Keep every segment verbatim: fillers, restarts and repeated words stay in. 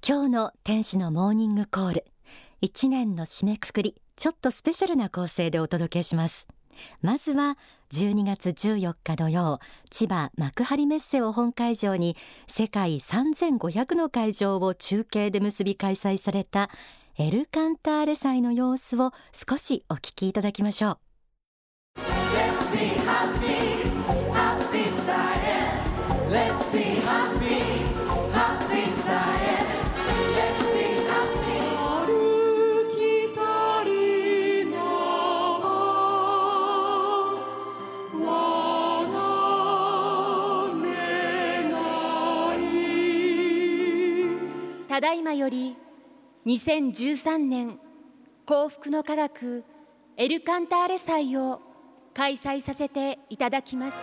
今日の天使のモーニングコール、いちねんの締めくくり、ちょっとスペシャルな構成でお届けします。まずはじゅうにがつじゅうよっか土曜、千葉幕張メッセを本会場に世界さんぜんごひゃくの会場を中継で結び開催されたエルカンターレ祭の様子を少しお聞きいただきましょう。 Let's be happy, happy science. Let's be happy, happy science. Let's be happy. 歩き足りな我が願い。 ただいまよりにせんじゅうさんねん幸福の科学エルカンターレ祭を開催させていただきます。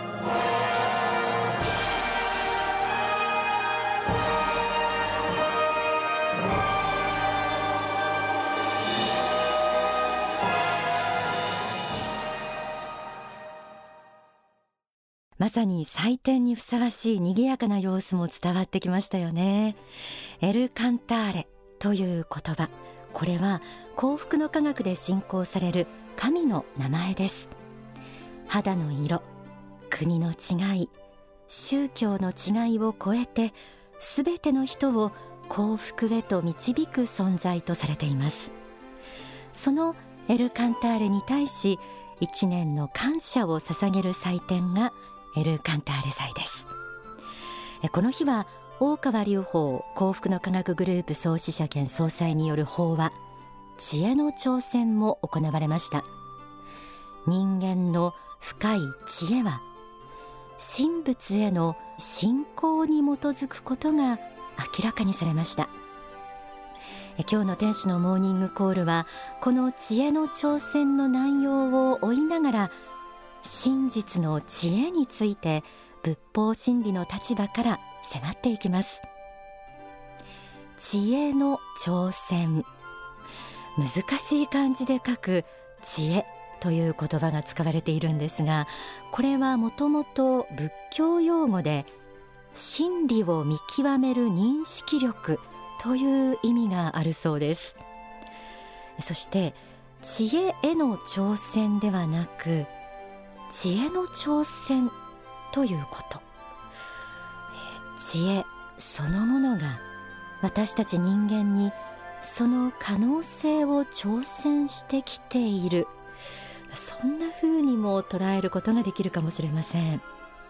まさに祭典にふさわしい賑やかな様子も伝わってきましたよね。エルカンターレという言葉、これは幸福の科学で信仰される神の名前です。肌の色、国の違い、宗教の違いを超えてすべての人を幸福へと導く存在とされています。そのエルカンターレに対しいちねんの感謝を捧げる祭典がエルカンターレ祭です。この日は大川隆法幸福の科学グループ創始者兼総裁による法話、知恵の挑戦も行われました。人間の深い知恵は神仏への信仰に基づくことが明らかにされました。今日の天使のモーニングコールはこの知恵の挑戦の内容を追いながら真実の知恵について仏法真理の立場から迫っていきます。知恵の挑戦、難しい漢字で書く知恵という言葉が使われているんですが、これはもともと仏教用語で真理を見極める認識力という意味があるそうです。そして知恵への挑戦ではなく知恵の挑戦ということ、知恵そのものが私たち人間にその可能性を挑戦してきている、そんな風にも捉えることができるかもしれません。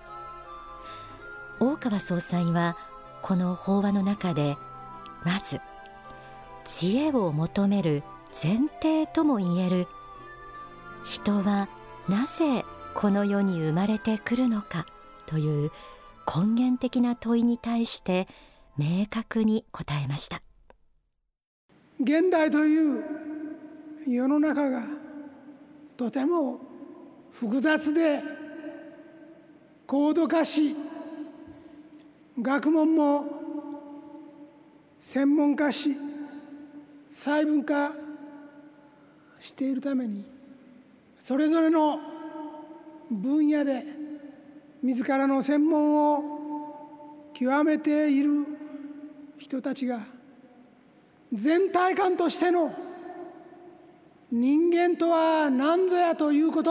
大川総裁はこの法話の中でまず知恵を求める前提ともいえる人はなぜこの世に生まれてくるのかという根源的な問いに対して明確に答えました。 現代という世の中がとても複雑で高度化し、学問も専門化し細分化しているために、それぞれの分野で自らの専門を極めている人たちが全体感としての人間とは何ぞやということ、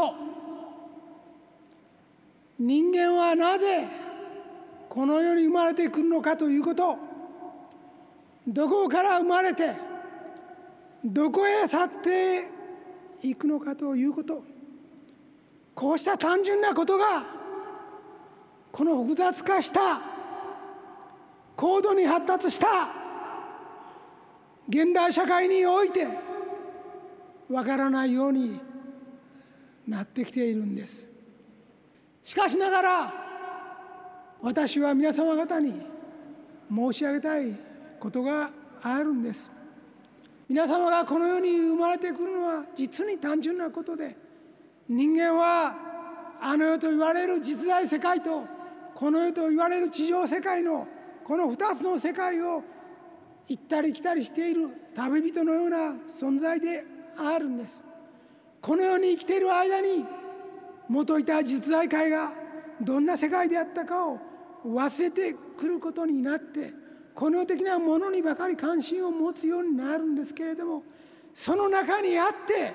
人間はなぜこの世に生まれてくるのかということ、どこから生まれてどこへ去っていくのかということ、こうした単純なことがこの複雑化した高度に発達した現代社会においてわからないようになってきているんです。しかしながら私は皆様方に申し上げたいことがあるんです。皆様がこの世に生まれてくるのは実に単純なことで、人間はあの世と言われる実在世界とこの世と言われる地上世界のこの二つの世界を行ったり来たりしている旅人のような存在であるんです。この世に生きている間に元いた実在界がどんな世界であったかを忘れてくることになって、 この世的なものにばかり関心を持つようになるんですけれども、その中にあって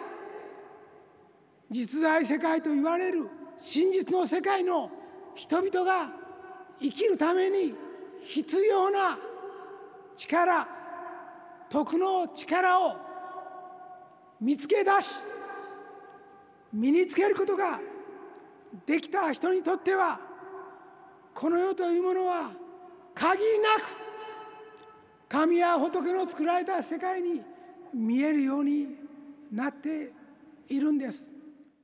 実在世界と言われる真実の世界の人々が生きるために必要な力、徳の力を見つけ出し身につけることができた人にとっては、この世というものは限りなく神や仏の作られた世界に見えるようになっているんです。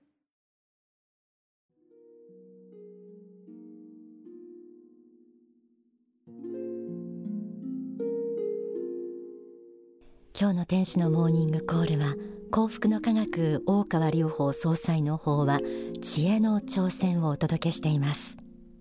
今日の天使のモーニングコールは、幸福の科学大川隆法総裁の法話、知恵の挑戦をお届けしています。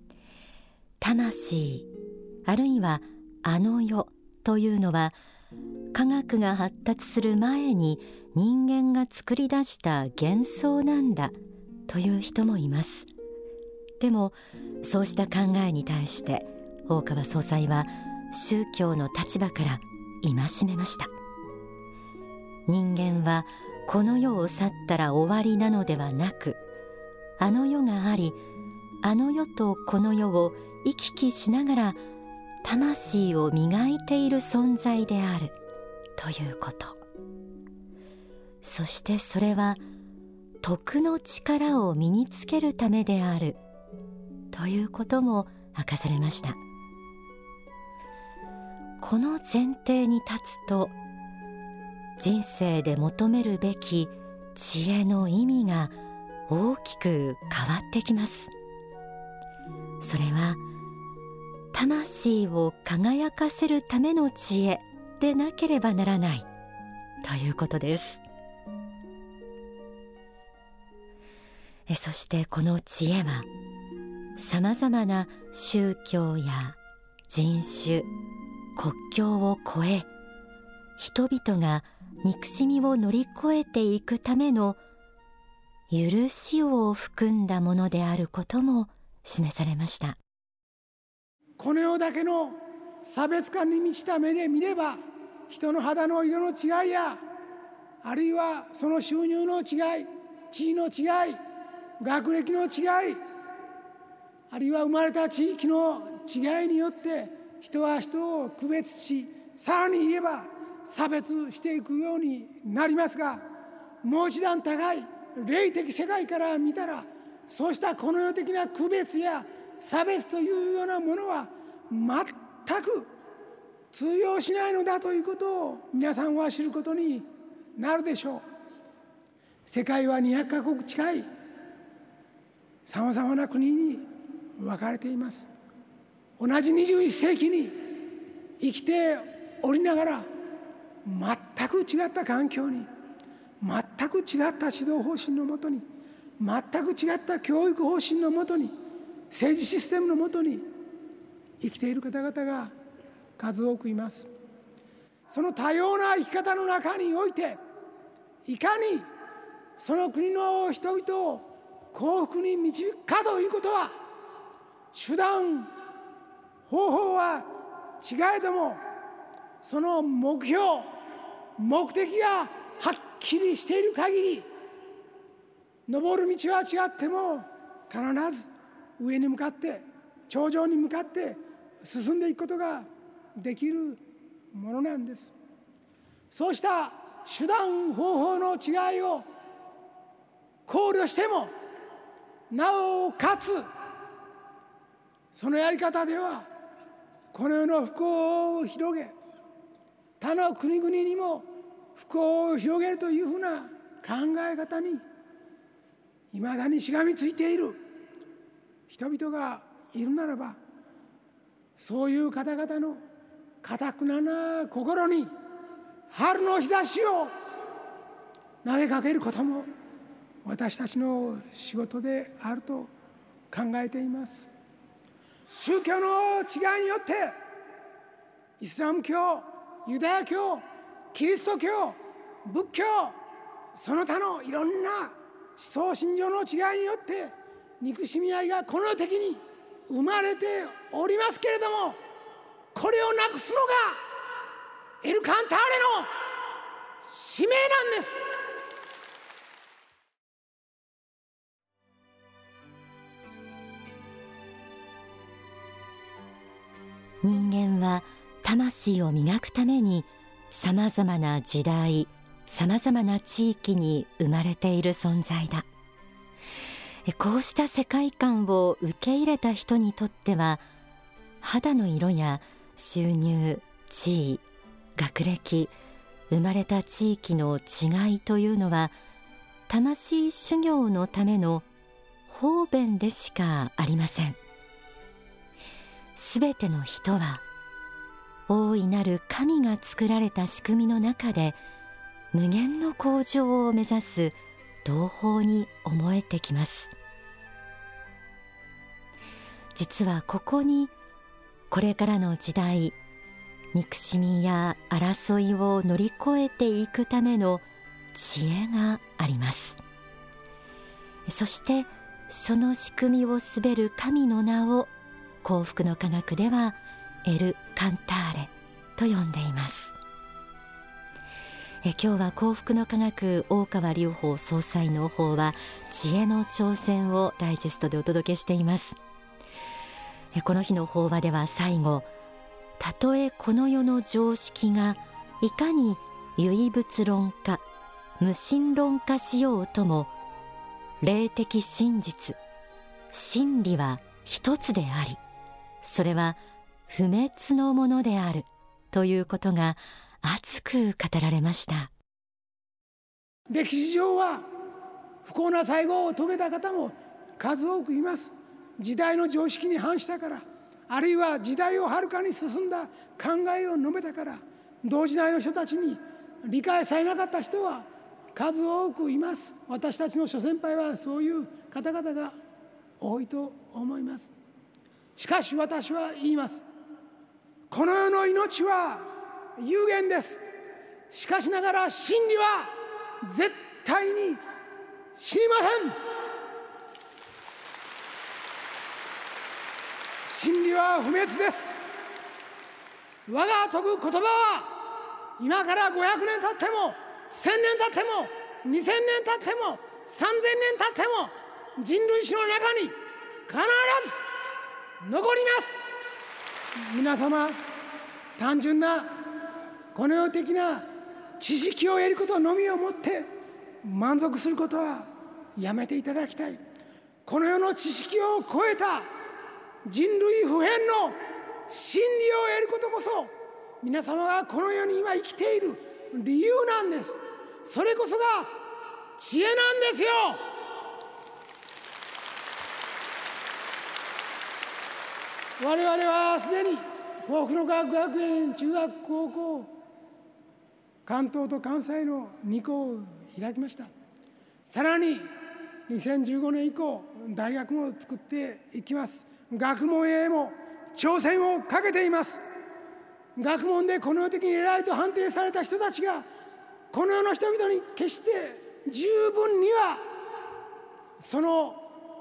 魂、あるいはあの世というのは、科学が発達する前に人間が作り出した幻想なんだという人もいます。でもそうした考えに対して大川総裁は宗教の立場から戒めました。人間はこの世を去ったら終わりなのではなく、あの世があり、あの世とこの世を行き来しながら魂を磨いている存在であるということ。そしてそれは徳の力を身につけるためであるということも明かされました。この前提に立つと、人生で求めるべき知恵の意味が大きく変わってきます。それは魂を輝かせるための知恵でなければならないということです。えそしてこの知恵は、さまざまな宗教や人種、国境を越え、人々が憎しみを乗り越えていくための許しを含んだものであることも示されました。 この世だけの差別感に満ちた目で見れば、人の肌の色の違いや、あるいはその収入の違い、地位の違い、学歴の違い、あるいは生まれた地域の違いによって人は人を区別し、さらに言えば差別していくようになりますが、もう一段高い霊的世界から見たら、そうしたこの世的な区別や差別というようなものは全く通用しないのだということを皆さんは知ることになるでしょう。世界はにひゃくカ国近いさまざまな国に分かれています。同じにじゅういっせいきに生きておりながら、全く違った環境に、全く違った指導方針のもとに、全く違った教育方針のもとに、政治システムのもとに生きている方々が数多くいます。その多様な生き方の中において、いかにその国の人々を幸福に導くかということは、手段方法は違えども、その目標目的がはっきりしている限り、登る道は違っても必ず上に向かって、頂上に向かって進んでいくことができるものなんです。そうした手段方法の違いを考慮しても、なおかつそのやり方ではこの世の不幸を広げ、他の国々にも不幸を広げるというふうな考え方にいまだにしがみついている人々がいるならば、そういう方々の堅くなな心に春の日差しを投げかけることも私たちの仕事であると考えています。宗教の違いによって、イスラム教、ユダヤ教、キリスト教、仏教、その他のいろんな思想信条の違いによって憎しみ合いがこの世的に生まれておりますけれども、 これをなくすのがエル・カンターレの使命なんです。 人間は魂を磨くためにさまざまな時代、さまざまな地域に生まれている存在だ。こうした世界観を受け入れた人にとっては、肌の色や収入、地位、学歴、生まれた地域の違いというのは魂修行のための方便でしかありません。すべての人は大いなる神が作られた仕組みの中で無限の向上を目指す同胞に思えてきます。実はここにこれからの時代、憎しみや争いを乗り越えていくための知恵があります。そしてその仕組みを統べる神の名を幸福の科学ではエル・カンターレと呼んでいます。え今日は幸福の科学大川隆法総裁の法は知恵の挑戦をダイジェストでお届けしています。えこの日の法話では最後、たとえこの世の常識がいかに唯物論化、無神論化しようとも、霊的真実、真理は一つであり、それは不滅のものであるということが熱く語られました。 歴史上は不幸な最後を遂げた方も数多くいます。時代の常識に反したから、あるいは時代をはるかに進んだ考えを述べたから、同時代の人たちに理解されなかった人は数多くいます。私たちの諸先輩はそういう方々が多いと思います。しかし私は言います。この世の命は有限です。しかしながら真理は絶対に死にません。真理は不滅です。我が説く言葉は今からごひゃくねん経ってもせんねん経ってもにせんねん経ってもさんぜんねん経っても人類史の中に必ず残ります。皆様、単純なこの世的な知識を得ることのみをもって満足することはやめていただきたい。この世の知識を超えた人類普遍の真理を得ることこそ、皆様がこの世に今生きている理由なんです。それこそが知恵なんですよ。我々はすでに幸福の科学学園中学高校、関東と関西のに校を開きました。さらににせんじゅうごねん以降、大学も作っていきます。学問へも挑戦をかけています。学問でこの世的に偉いと判定された人たちが、この世の人々に決して十分にはその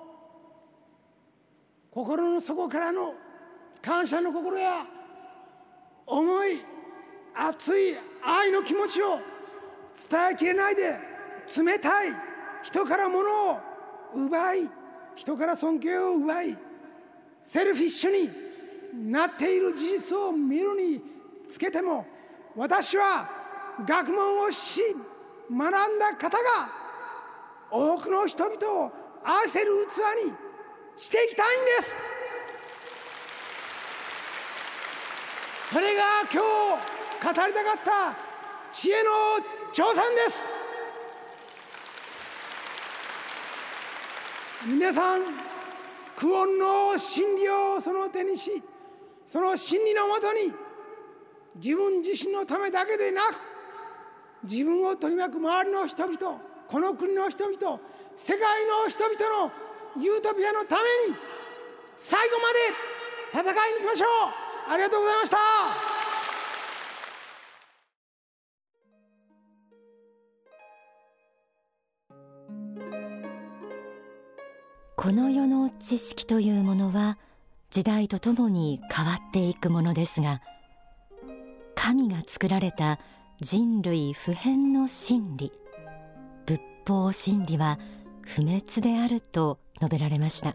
心の底からの感謝の心や思い、熱い愛の気持ちを伝えきれないで、冷たい人から物を奪い、人から尊敬を奪い、セルフィッシュになっている事実を見るにつけても、私は学問をし学んだ方が多くの人々を愛せる器にしていきたいんです。それが今日語りたかった知恵の挑戦です。皆さん、苦音の真理をその手にし、その真理のもとに自分自身のためだけでなく、自分を取り巻く周りの人々、この国の人々、世界の人々のユートピアのために最後まで戦いに行きましょう。ありがとうございました。 この世の知識というものは時代とともに変わっていくものですが、神が作られた人類普遍の真理、仏法真理は不滅であると述べられました。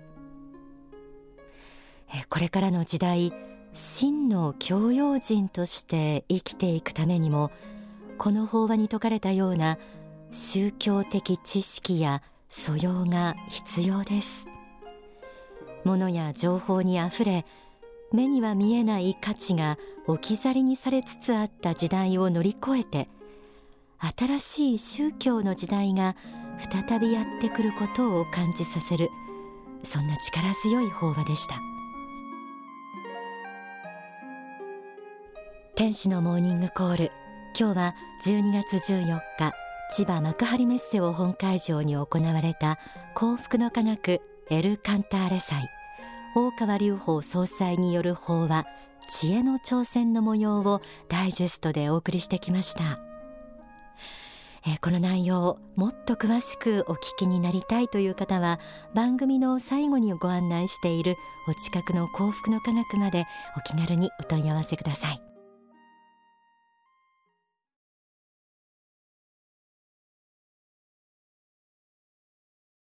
これからの時代、真の教養人として生きていくためにも、この法話に説かれたような宗教的知識や素養が必要です。物や情報にあふれ、目には見えない価値が置き去りにされつつあった時代を乗り越えて、新しい宗教の時代が再びやってくることを感じさせる、そんな力強い法話でした。天使のモーニングコール、今日はじゅうにがつじゅうよっか、千葉幕張メッセを本会場に行われた幸福の科学エル・カンターレ祭、大川隆法総裁による法話、知恵の挑戦の模様をダイジェストでお送りしてきました。えー、この内容をもっと詳しくお聞きになりたいという方は、番組の最後にご案内しているお近くの幸福の科学までお気軽にお問い合わせください。